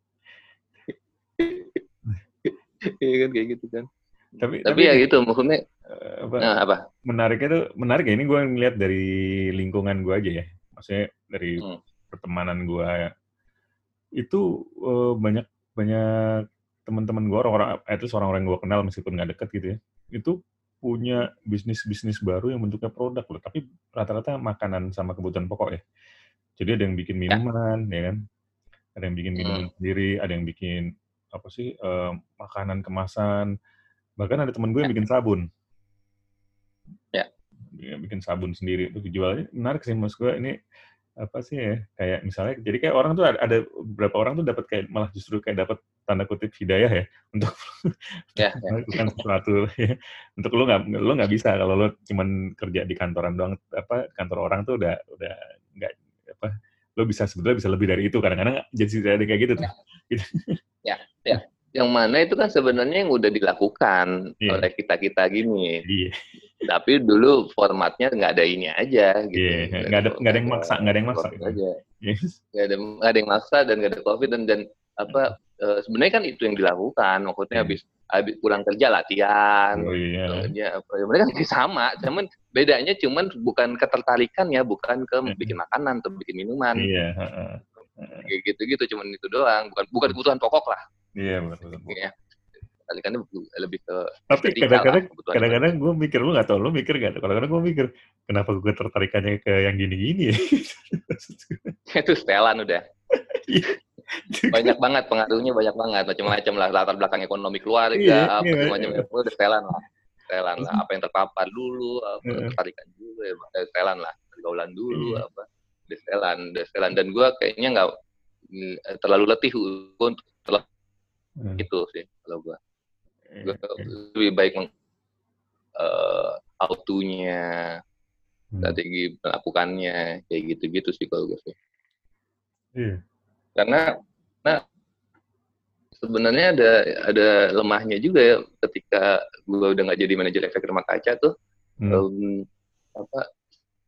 Iya kan kayak gitu kan. Tapi tapi, tapi ya gitu maksudnya apa, nah, apa? Menariknya tuh menarik ya ini gue ngeliat dari lingkungan gue aja ya. Maksudnya dari hmm. pertemanan gue ya. Itu uh, banyak banyak teman-teman gue orang-orang itu orang-orang yang gue kenal meskipun nggak deket gitu ya. Itu punya bisnis-bisnis baru yang bentuknya produk loh, tapi rata-rata makanan sama kebutuhan pokok ya. Jadi ada yang bikin minuman, ya, ya kan? Ada yang bikin minuman hmm. sendiri, ada yang bikin apa sih uh, makanan kemasan. Bahkan ada teman gue yang bikin sabun. Ya. Dia bikin sabun sendiri itu dijualnya menarik sih mas gue ini apa sih ya? Kayak misalnya, jadi kayak orang tuh ada, ada beberapa orang tuh dapat kayak malah justru kayak dapat tanda kutip hidayah ya untuk ya, melakukan ya. sesuatu. Ya. Untuk lo nggak lo nggak bisa kalau lo cuman kerja di kantoran doang apa kantor orang tuh udah udah nggak apa lo bisa sebetulnya bisa lebih dari itu kadang-kadang jadi ada kayak gitu tuh. Ya, ya. Yang mana itu kan sebenarnya yang udah dilakukan yeah. oleh kita-kita gini. Yeah. Tapi dulu formatnya nggak ada ini aja gitu. Yeah. Nggak ada nggak ada yang maksa, nggak ada yang maksa. Aja. Yes. Nggak ada nggak ada yang maksa dan nggak ada COVID dan dan apa uh, sebenarnya kan itu yang dilakukan. Maksudnya yeah. habis habis pulang kerja latihan. Oh, yeah. Ya, mereka kan sama, cuman bedanya cuman bukan ketertarikan ya, bukan ke bikin makanan atau bikin minuman. Iya. Yeah. Kayak gitu-gitu cuman itu doang, bukan bukan kebutuhan pokok lah. Iya betul. Ya. Kali-kali lebih ke tapi kadang-kadang kadang-kadang gue mikir lu nggak tau lu mikir nggak? Kadang-kadang gue mikir kenapa gue tertarikannya ke yang gini-gini ya? Itu setelan udah. Banyak banget pengaruhnya banyak banget macam-macam lah latar belakang ekonomi keluarga iya, apa iya, macam iya. Udah setelan lah. Setelan lah apa yang terpapar dulu apa uh. tertarikan juga ya setelan lah pergaulan dulu iya. apa udah setelan udah setelan dan gue kayaknya nggak terlalu letih untuk terlalu hmm. itu sih kalau gue gue hmm. lebih baik meng uh, autunya hmm. strategi melakukannya kayak gitu-gitu sih kalau gue sih yeah. karena nah sebenarnya ada ada lemahnya juga ya ketika gue udah nggak jadi manajer efek rumah kaca tuh hmm. um, apa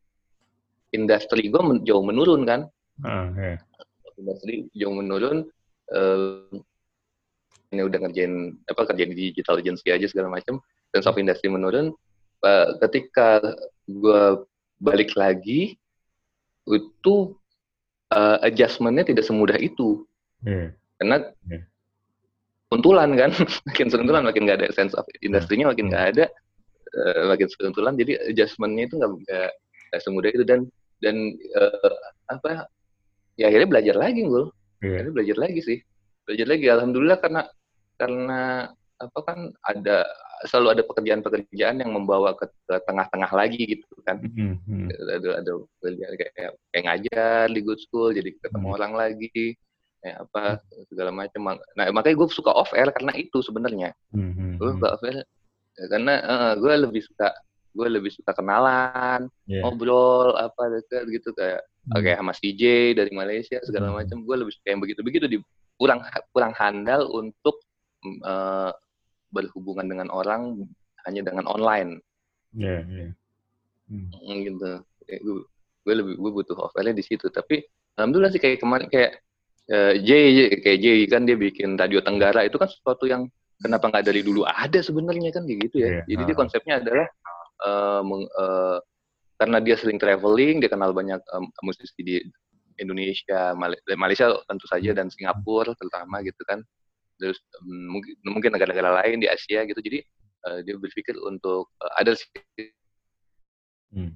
industri gue men- jauh menurun kan uh, yeah. industri jauh menurun um, ini udah ngerjain apa kerjain di digital agency aja segala macam dan soft industry menurun uh, ketika gue balik lagi itu uh, adjustment-nya tidak semudah itu yeah. karena yeah. seruntulan kan makin seruntulan makin nggak ada sense of industrinya makin nggak ada uh, makin seruntulan jadi adjustment-nya itu nggak nggak semudah itu dan dan uh, apa ya akhirnya belajar lagi gue yeah. akhirnya belajar lagi sih belajar lagi alhamdulillah karena karena apa kan ada selalu ada pekerjaan-pekerjaan yang membawa ke, ke tengah-tengah lagi gitu kan mm-hmm. ada ada kayak kayak ngajar di good school jadi ketemu mm-hmm. orang lagi kayak apa segala macam nah makanya gue suka off air karena itu sebenarnya mm-hmm. gue suka off air karena uh, gue lebih suka gue lebih suka kenalan, yeah. ngobrol apa gitu kayak hmm. kayak sama C J dari Malaysia segala hmm. macam. Gue lebih suka yang begitu-begitu, di kurang kurang handal untuk uh, berhubungan dengan orang hanya dengan online. Iya, yeah, iya. Yeah. Hmm. Gitu. Gue, gue lebih gue butuh offline di situ. Tapi alhamdulillah sih kayak kemarin kayak uh, J kayak J kan dia bikin Radio Tenggara, itu kan sesuatu yang kenapa nggak dari dulu ada sebenarnya kan kayak gitu ya. Yeah. Jadi uh. dia konsepnya adalah uh, meng, uh, karena dia sering traveling, dia kenal banyak um, musisi di Indonesia, Mal- Malaysia tentu saja dan Singapura terutama gitu kan. Terus um, mungkin mungkin negara-negara lain di Asia gitu. Jadi uh, dia berpikir untuk uh, ada hmm.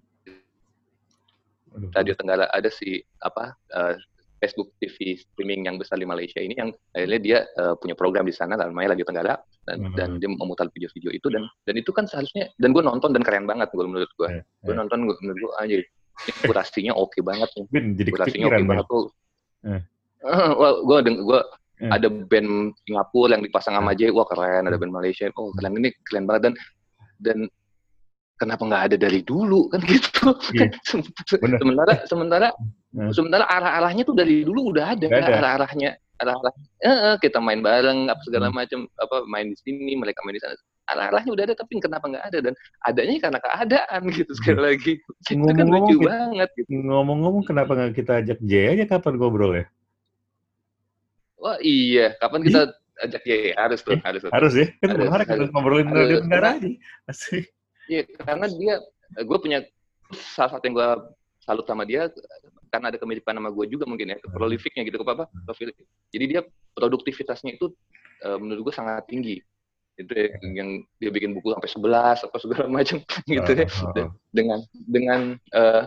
Radio Tenggara, ada si apa uh, Facebook T V streaming yang besar di Malaysia ini yang akhirnya dia uh, punya program di sana namanya Radio Tenggara dan, hmm. dan dia memutar video-video itu dan dan itu kan seharusnya, dan gue nonton dan keren banget gue menurut gue. Yeah, yeah. Gue nonton gue menurut gue aja kurasinya oke okay banget nih. Kurasinya oke okay banget tuh. Yeah. Uh, well, gue gue yeah. ada band Singapura yang dipasang sama J, wah keren, ada band Malaysia, oh keren, ini keren banget dan dan kenapa nggak ada dari dulu kan gitu. Yeah. sementara sementara yeah. sementara arah-arahnya tuh dari dulu udah ada, ada. arah-arahnya arah-arah eh, kita main bareng apa segala hmm. macam, apa main di sini mereka main di sana, arah-arahnya udah ada, tapi kenapa nggak ada, dan adanya karena keadaan gitu sekali hmm. lagi. Itu kan lucu kita, banget gitu. Ngomong-ngomong kenapa nggak kita ajak Jay aja, kapan ngobrol ya? Wah iya, kapan kita ajak Jay? Harus tuh, eh, harus tuh. Harus ya, kan kemarin kita ngobrolin Radio Tenggara aja. Asik. Iya, karena dia, gue punya salah satu yang gue salut sama dia, karena ada kemiripan sama gue juga mungkin ya, prolifiknya gitu, apa apa. Jadi dia produktivitasnya itu uh, menurut gue sangat tinggi. Itu ya, yang dia bikin buku sampai sebelas apa segala macam gitu ya. Dengan dengan uh,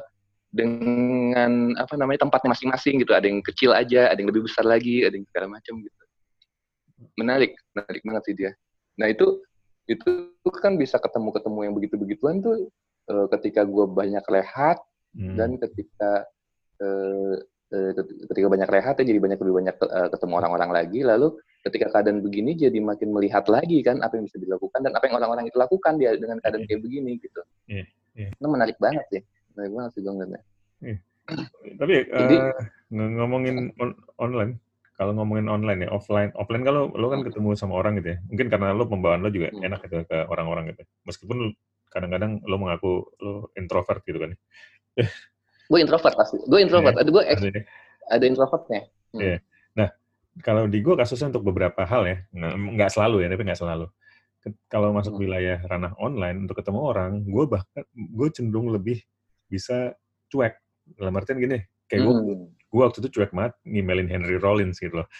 dengan apa namanya tempatnya masing-masing gitu. Ada yang kecil aja, ada yang lebih besar lagi, ada yang segala macam gitu. Menarik, menarik banget sih dia. Nah itu itu kan bisa ketemu-ketemu yang begitu-begituan tuh uh, ketika gue banyak rehat hmm. dan ketika uh, uh, ketika banyak rehat ya jadi banyak lebih banyak uh, ketemu orang-orang lagi, lalu ketika keadaan begini jadi makin melihat lagi kan apa yang bisa dilakukan dan apa yang orang-orang itu lakukan dia dengan keadaan kayak begini gitu. Yeah, yeah. Itu menarik banget sih, menarik banget sih gue ngeliatnya. Yeah. Tapi jadi, uh, ngomongin on- online. Kalau ngomongin online ya, offline, offline kalau lo kan ketemu sama orang gitu ya, mungkin karena lo pembawaan lo juga enak gitu ke orang-orang gitu. Meskipun kadang-kadang lo mengaku lo introvert gitu kan. Gue introvert pasti, gue introvert. Yeah. Ada gue ex- ada introvertnya. Hmm. Yeah. Nah, kalau di gue kasusnya untuk beberapa hal ya, nah, nggak selalu ya, tapi nggak selalu. Kalau masuk hmm. wilayah ranah online untuk ketemu orang, gue bahkan gue cenderung lebih bisa cuek. Dalam artian gini, kayak gue hmm. gue waktu itu cuek banget ngimelin Henry Rollins gitu loh.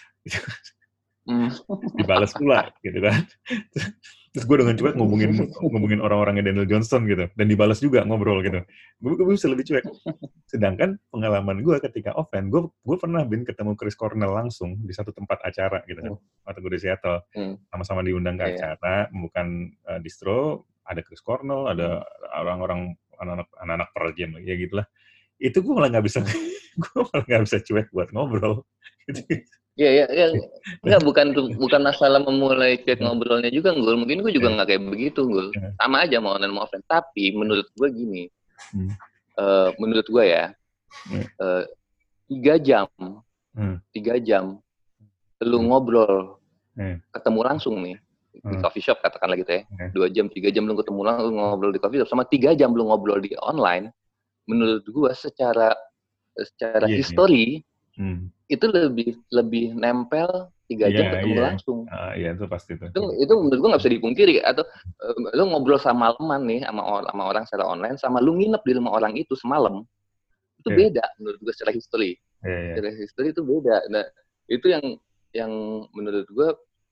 Mm. Dibalas pula gitu kan. Terus gue dengan cuek ngomongin ngomongin orang-orangnya Daniel Johnston gitu, dan dibalas juga ngobrol gitu. Gue, gue bisa lebih cuek. Sedangkan pengalaman gue ketika offline, gue gue pernah bin ketemu Chris Cornell langsung di satu tempat acara gitu kan, waktu gue di Seattle, mm. sama-sama diundang ke yeah. acara, bukan uh, distro, ada Chris Cornell, ada orang-orang anak-anak anak-anak Pearl Jam ya gitulah. Itu gue malah nggak bisa, gue malah nggak bisa cuek buat ngobrol. Iya, iya, iya. Enggak, bukan bukan masalah memulai chat ngobrolnya juga, Gul. Mungkin gue juga nggak kayak begitu, Gul. Sama aja mau online mau offline. Tapi menurut gue gini, hmm. uh, menurut gue ya, uh, tiga jam, hmm. tiga jam, lu hmm. ngobrol, hmm. ketemu langsung nih, di coffee shop katakanlah gitu ya, hmm. dua jam, tiga jam lu ketemu langsung ngobrol di coffee shop, sama tiga jam lu ngobrol di online, menurut gue secara secara yeah, history, yeah. Hmm. itu lebih lebih nempel tiga jam yeah, ketemu yeah. langsung. Uh, iya itu pasti itu. Itu, itu menurut gue nggak bisa dipungkiri. Atau uh, lu ngobrol sama malaman nih sama orang, sama orang secara online, sama lu nginep di rumah orang itu semalam, itu yeah. beda menurut gue secara history. Yeah, yeah. Secara history itu beda. Nah itu yang yang menurut gue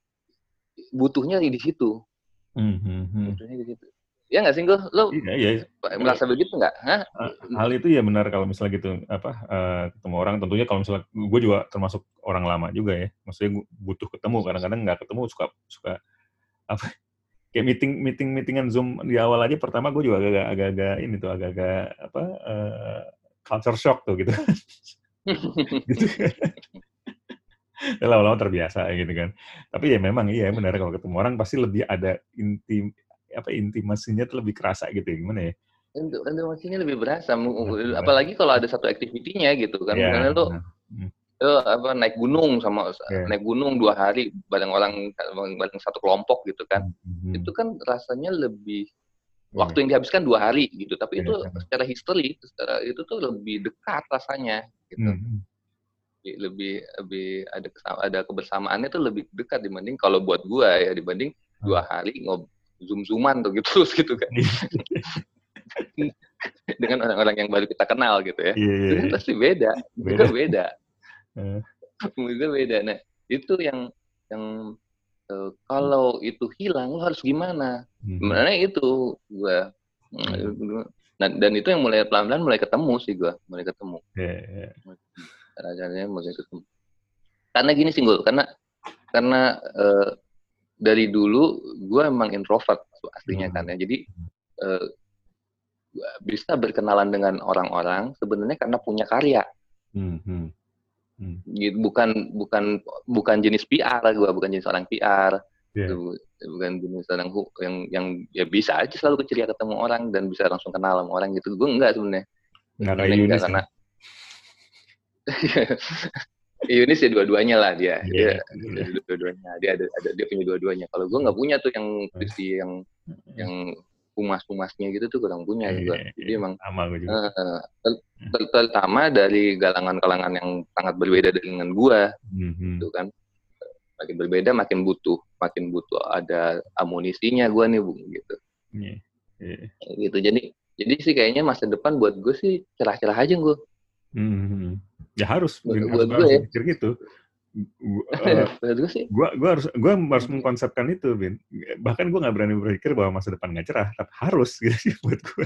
butuhnya di situ. Mm-hmm. Butuhnya di situ. Ya nggak sih, lo iya, iya. merasa begitu nggak? Hah? Hal itu ya benar kalau misalnya gitu apa uh, ketemu orang, tentunya kalau misalnya gue juga termasuk orang lama juga ya, maksudnya gue butuh ketemu, kadang-kadang nggak ketemu suka suka apa kayak meeting meeting meetingan Zoom di awal aja pertama gue juga agak agak ini tuh agak-agak apa uh, culture shock tuh gitu. gitu. Lama-lama terbiasa gitu kan. Tapi ya memang iya benar kalau ketemu orang pasti lebih ada intim apa intimasinya tuh lebih kerasa gitu ya, gimana ya? Intimasinya lebih berasa, apalagi kalau ada satu aktivitinya gitu kan, yeah. misalnya lo, hmm. lo apa naik gunung sama yeah. naik gunung dua hari bareng orang bareng satu kelompok gitu kan, mm-hmm. itu kan rasanya lebih yeah. waktu yang dihabiskan dua hari gitu, tapi yeah. itu secara history, secara itu tuh lebih dekat rasanya gitu. Mm-hmm. lebih lebih ada ada kebersamaannya tuh lebih dekat dibanding kalau buat gua ya dibanding hmm. dua hari ngob zoom-zooman tuh gitu terus gitu kan dengan orang-orang yang baru kita kenal gitu ya, yeah, yeah, itu kan pasti beda, beda, beda, beda, beda. Nah itu yang yang uh, kalau itu hilang lo harus gimana? Hmm. Sebenarnya itu gua hmm. dan, dan itu yang mulai pelan-pelan mulai ketemu sih gua, mulai ketemu. Yeah, yeah. Caranya mulai ketemu. Karena gini sih Gul, karena karena uh, dari dulu gue emang introvert aslinya hmm. kan ya. Jadi uh, bisa berkenalan dengan orang-orang sebenarnya karena punya karya. Hmm. Hmm. Hmm. Gitu, bukan bukan bukan jenis P R gue, bukan jenis orang P R. Yeah. Bukan jenis orang yang yang ya bisa aja selalu ceria ketemu orang dan bisa langsung kenal sama orang gitu. Gue enggak sebenarnya. Nggak kayak Yunis karena Yunis ya dua-duanya lah dia, yeah, dia, yeah. dia dua-duanya, dia ada, ada dia punya dua-duanya. Kalau gue nggak punya tuh yang visi yang yang pumas-pumasnya gitu tuh kurang punya yeah, juga. Jadi yeah. emang uh, ter- ter- terutama dari galangan-galangan yang sangat berbeda dengan gue, mm-hmm. gitu kan. Makin berbeda, makin butuh, makin butuh ada amunisinya gue nih, Bung, gitu. Yeah, yeah. Gitu. Jadi, jadi sih kayaknya masa depan buat gue sih cerah-cerah aja gue. Hmm, ya harus, buat, buat gue ya. Pikir gitu. Gua, uh, gua, gua harus, gua harus mengkonsepkan itu, Bin. Bahkan gue nggak berani berpikir bahwa masa depan nggak cerah, tapi harus gitu buat gue.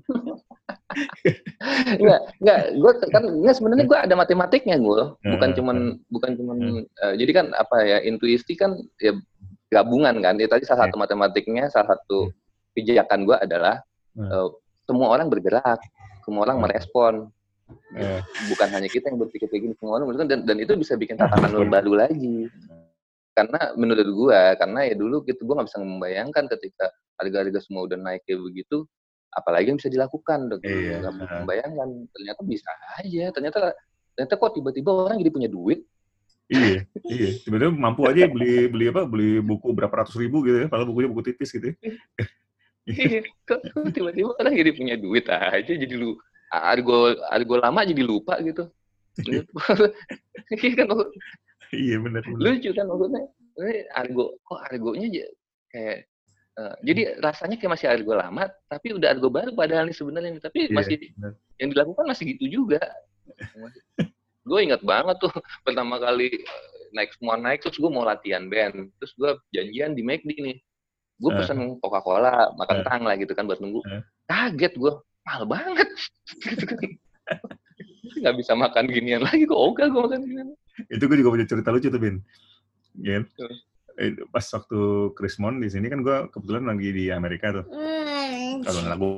Enggak, enggak. Gue kan, enggak sebenarnya gue ada matematiknya gue. Bukan cuman, bukan cuman. Uh, jadi kan apa ya, intuisi kan ya gabungan kan. Ya, tadi salah satu matematiknya, salah satu pijakan gue adalah uh, semua orang bergerak, semua orang merespon. Eh. Bukan hanya kita yang berpikir kayak gini, semua orang dan, dan itu bisa bikin tatanan baru lagi. Karena menurut gua, karena ya dulu gitu gua nggak bisa membayangkan ketika harga-harga semua udah naik kayak begitu, apalagi yang bisa dilakukan. Nggak iya. bisa membayangkan. Ternyata bisa aja. Ternyata ternyata kok tiba-tiba orang jadi punya duit. Iya, iya. Tiba-tiba mampu aja beli beli apa? Beli buku berapa ratus ribu gitu ya, padahal bukunya buku tipis gitu. Iya. Kok tiba-tiba orang jadi punya duit aja, jadi lu argo argo lama jadi lupa gitu. Iya kan? Iya benar. Lucu kan maksudnya. Argo kok argonya aja kayak uh, jadi rasanya kayak masih argo lama tapi udah argo baru padahal nih sebenarnya tapi yeah, masih bener. Yang dilakukan masih gitu juga. Gue ingat banget tuh pertama kali naik semua naik terus gue mau latihan band. Terus gue janjian di McD nih. Gue pesen uh. Coca-Cola, makan uh. tang lah gitu kan buat nunggu. Uh. Kaget gue. Mahal banget, gitu kan. Nggak bisa makan ginian lagi, kok ogah gue makan ginian. Itu gue juga punya cerita lucu tuh, Bin. Ya, pas waktu Krismon di sini kan gue kebetulan lagi di Amerika tuh. Kalau lagu.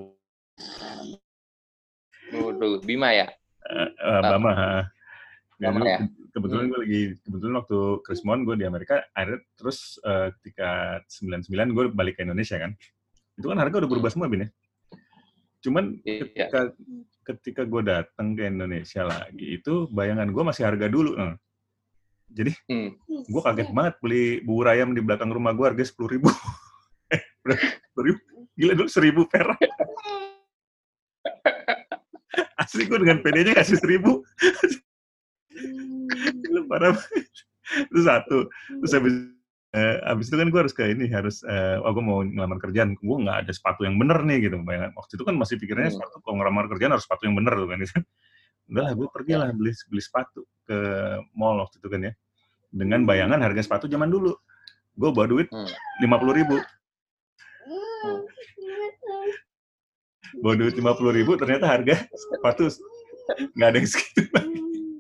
Tuh, Bima ya? Uh, uh, Bama, ha. Bama ya? Kebetulan hmm. gue lagi, kebetulan waktu Krismon gue di Amerika, akhirnya terus uh, ketika sembilan puluh sembilan gue balik ke Indonesia kan. Itu kan harga udah berubah semua, Bin ya? Cuman ketika iya. ketika gue datang ke Indonesia lagi itu bayangan gue masih harga dulu. Nah. Jadi hmm. gue kaget banget beli bubur ayam di belakang rumah gue harga sepuluh ribu. eh, sepuluh ribu. Gila dulu seribu perak. Asli gue dengan pedenya kasih seribu. Lu parah banget. Itu satu. Terus habis Uh, abis itu kan gue harus ke ini, harus, uh, oh gue mau ngelamar kerjaan, gue nggak ada sepatu yang bener nih gitu. Waktu itu kan masih pikirnya hmm. sepatu, kalau ngelamar kerjaan harus sepatu yang bener tuh kan. Udah lah, gue pergi lah beli, beli sepatu ke mall waktu itu kan ya. Dengan bayangan harga sepatu zaman dulu. Gue bawa duit lima puluh ribu. Bawa duit lima puluh ribu, ternyata harga sepatu nggak ada yang segitu lagi.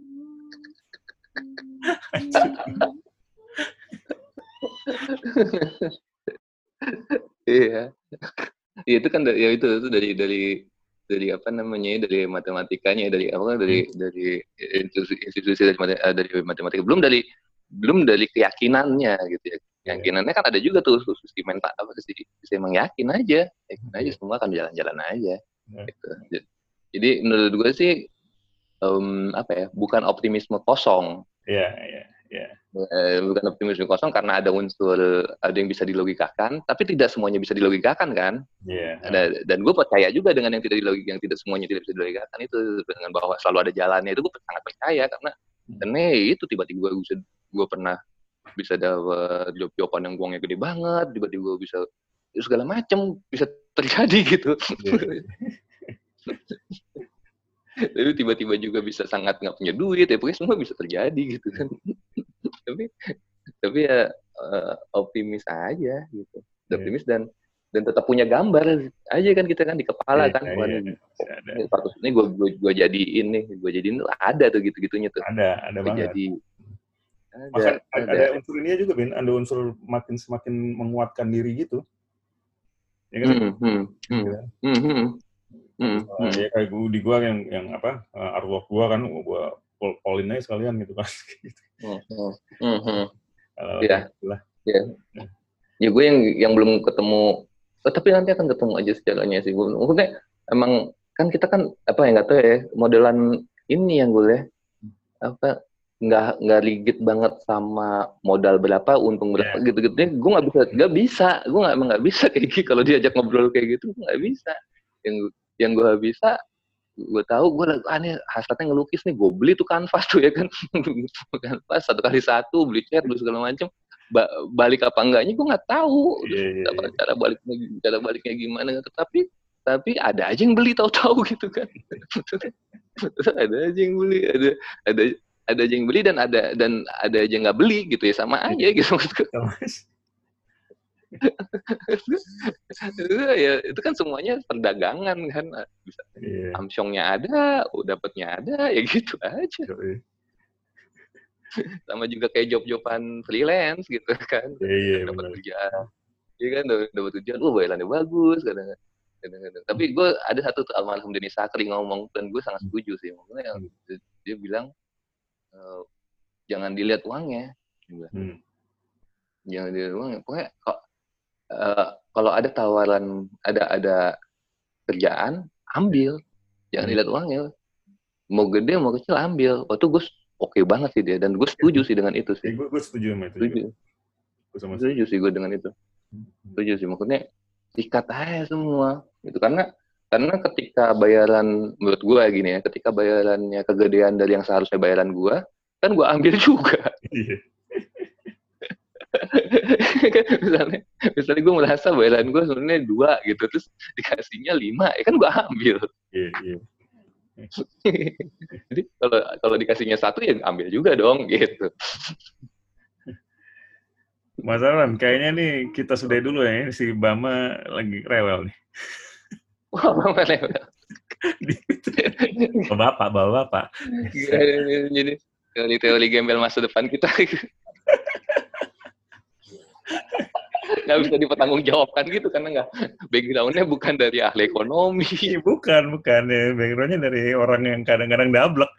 Iya, ya, itu kan ya itu itu dari dari dari apa namanya dari matematikanya dari apa dari hmm. dari institusi institusi dari, dari matematika belum dari belum dari keyakinannya gitu ya Keyakinannya kan ada juga tuh sistem mental apa sih? Emang yakin aja, yakin aja semua akan jalan-jalan aja. Yeah. Gitu. Jadi menurut gue sih um, apa ya? Bukan optimisme kosong. Iya, iya, iya. Bukan optimisme kosong karena ada unsur ada yang bisa dilogikakan, tapi tidak semuanya bisa dilogikakan kan? Iya. Yeah. Dan gue percaya juga dengan yang tidak dilogikakan, yang tidak semuanya tidak bisa dilogikakan itu, dengan bahwa selalu ada jalannya itu gue sangat percaya karena karena itu tiba-tiba gue bisa gue pernah bisa dapat job-joban yang uangnya gede banget, tiba-tiba bisa ya segala macam bisa terjadi gitu. Yeah. Tapi tiba-tiba juga bisa sangat nggak punya duit, ya pokoknya semua bisa terjadi gitu kan. tapi tapi ya uh, optimis aja gitu, yeah. Optimis dan dan tetap punya gambar aja kan kita kan di kepala yeah, kan, yeah, yeah. Ini status ini gue gue jadiin nih, gue jadiin ada tuh gitu-gitunya tuh. Ada, ada banget. Jadi Ada, ada, ada unsur ini juga, Bin. Ada unsur makin semakin menguatkan diri gitu. Ya kan? Hmm, hmm, hmm, ya. Hmm, hmm, hmm, uh, hmm. Ya kayak gue di gua yang yang apa uh, artwork gua kan gua polin aja sekalian gitu kan. Hmm, hmm, hmm. Uh, ya, ya. Ya gue yang yang belum ketemu, oh, tapi nanti akan ketemu aja sejalannya sih. Gue maksudnya emang kan kita kan apa ya nggak tahu ya modelan ini yang gue ya apa nggak nggak rigid banget sama modal berapa untung berapa yeah. gitu-gitu gue nggak bisa nggak bisa gue nggak emang nggak bisa kayak gitu kalau diajak ngobrol kayak gitu gue nggak bisa yang yang gue bisa gue tahu gue aneh hasratnya ngelukis nih gue beli tuh kanvas tuh ya kan kanvas satu kali satu beli cat beli segala macam ba balik apa enggaknya gue nggak tahu yeah, yeah, yeah. cara baliknya cara baliknya gimana tapi tapi ada aja yang beli tahu-tahu gitu kan ada aja yang beli ada ada ada aja yang beli dan ada dan ada aja nggak beli gitu ya sama aja gitu maksudku. Ya itu kan semuanya perdagangan kan bisa yeah. Amsyongnya ada, dapatnya ada ya gitu aja. Yeah. Sama juga kayak job-joban freelance gitu kan. Yeah, yeah, dapat kerjaan. Iya kan dapat kerjaan, oh bayarannya bagus kadang-kadang. Kadang-kadang. Tapi gue ada satu tuh almarhum Denny Sakri ngomong dan gue sangat setuju sih ngomongnya hmm. dia bilang Uh, jangan dilihat uangnya, hmm. jangan dilihat uangnya. Pokoknya kok uh, kalau ada tawaran, ada ada kerjaan, ambil, jangan hmm. dilihat uangnya. Mau gede mau kecil ambil. Waktu gue oke okay banget sih dia dan gue setuju sih dengan itu sih. Eh, gue, gue setuju sama itu. Setuju. Gue sama setuju sih gue dengan itu. Setuju sih maksudnya sikat aja semua. Itu karena Karena ketika bayaran, menurut gue gini ya, ketika bayarannya kegedean dari yang seharusnya bayaran gue, kan gue ambil juga. misalnya, misalnya gue merasa bayaran gue sebenarnya dua gitu, terus dikasihnya lima, ya kan gue ambil. Iya, iya. Jadi kalau kalau dikasihnya satu ya ambil juga dong, gitu. Mas Aran, kayaknya nih kita sudah dulu ya, si Bama lagi rewel nih. Wah, Bama rewel. Bapak, bapak. Jadi teori-teori gembel masa depan kita. Nggak bisa dipertanggungjawabkan gitu karena nggak background-nya bukan dari ahli ekonomi. Bukan, bukan ya. Background-nya dari orang yang kadang-kadang dablek.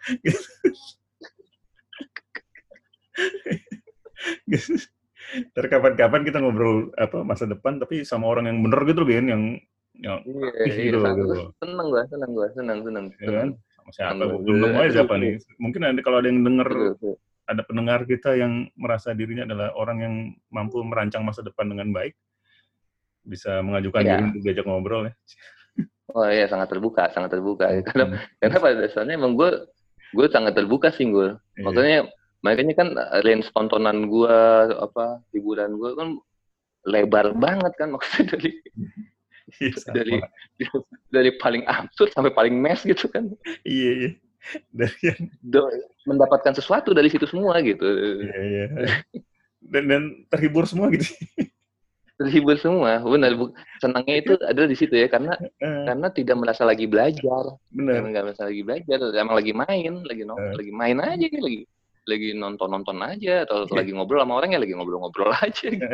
Ntar kapan-kapan kita ngobrol apa masa depan tapi sama orang yang bener gitu kan yang yang iya, gitu, iya, gitu. Seneng gue, seneng gue, seneng, seneng. Ya kan? Sama siapa? Belum aja siapa nih. Mungkin nanti kalau ada yang denger, betul, ada pendengar kita yang merasa dirinya adalah orang yang mampu merancang masa depan dengan baik, bisa mengajukan ya. Diri untuk diajak ngobrol ya. Oh iya, sangat terbuka, sangat terbuka. Hmm. Karena, karena pada dasarnya emang gue, gue sangat terbuka sih gue. Iya. Makanya, makanya kan range tontonan gue, apa hiburan gue kan lebar banget kan maksudnya dari yes, dari dari paling absurd sampai paling mes gitu kan. Iya, iya. Dari yang mendapatkan sesuatu dari situ semua gitu. Iya, iya. Dan dan terhibur semua gitu. Terhibur semua, benar. Senangnya itu adalah di situ ya, karena uh, karena tidak merasa lagi belajar. Benar. Nggak merasa lagi belajar, emang lagi main, lagi nonton, uh. lagi main aja nih, lagi lagi nonton-nonton aja, atau yeah. lagi ngobrol sama orang ya lagi ngobrol-ngobrol aja. Gitu.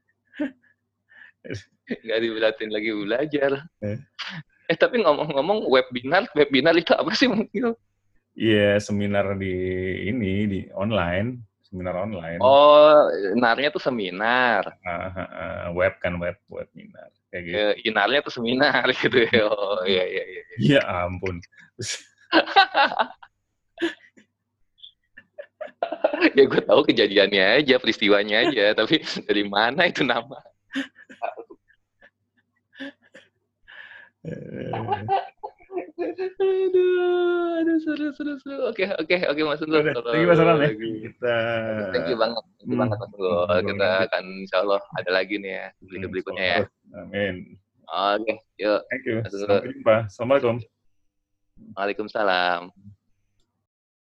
Nggak dibelatin lagi belajar. Uh. Eh tapi ngomong-ngomong webinar, webinar itu apa sih mungkin? Iya, yeah, seminar di ini di online. Seminar online. Oh, narnya tuh seminar. Uh, uh, uh, web kan, web, webinar. Kayak gitu. Uh, inarnya tuh seminar gitu ya. Oh, iya, iya, iya. Iya ampun. Ya gue tahu kejadiannya aja, peristiwanya aja, tapi dari mana itu nama? aduh, aduh, seru, seru, seru. Oke, oke, oke, Mas Unggul. Thank you Mas Aram ya. Kita... Thank you banget, thank you hmm, banget Mas Unggul. Kita akan, insya Allah ada lagi nih ya, berikut-berikutnya ya. Amin. Oke, yuk. Thank you. Sampai jumpa. Assalamualaikum. Waalaikumsalam.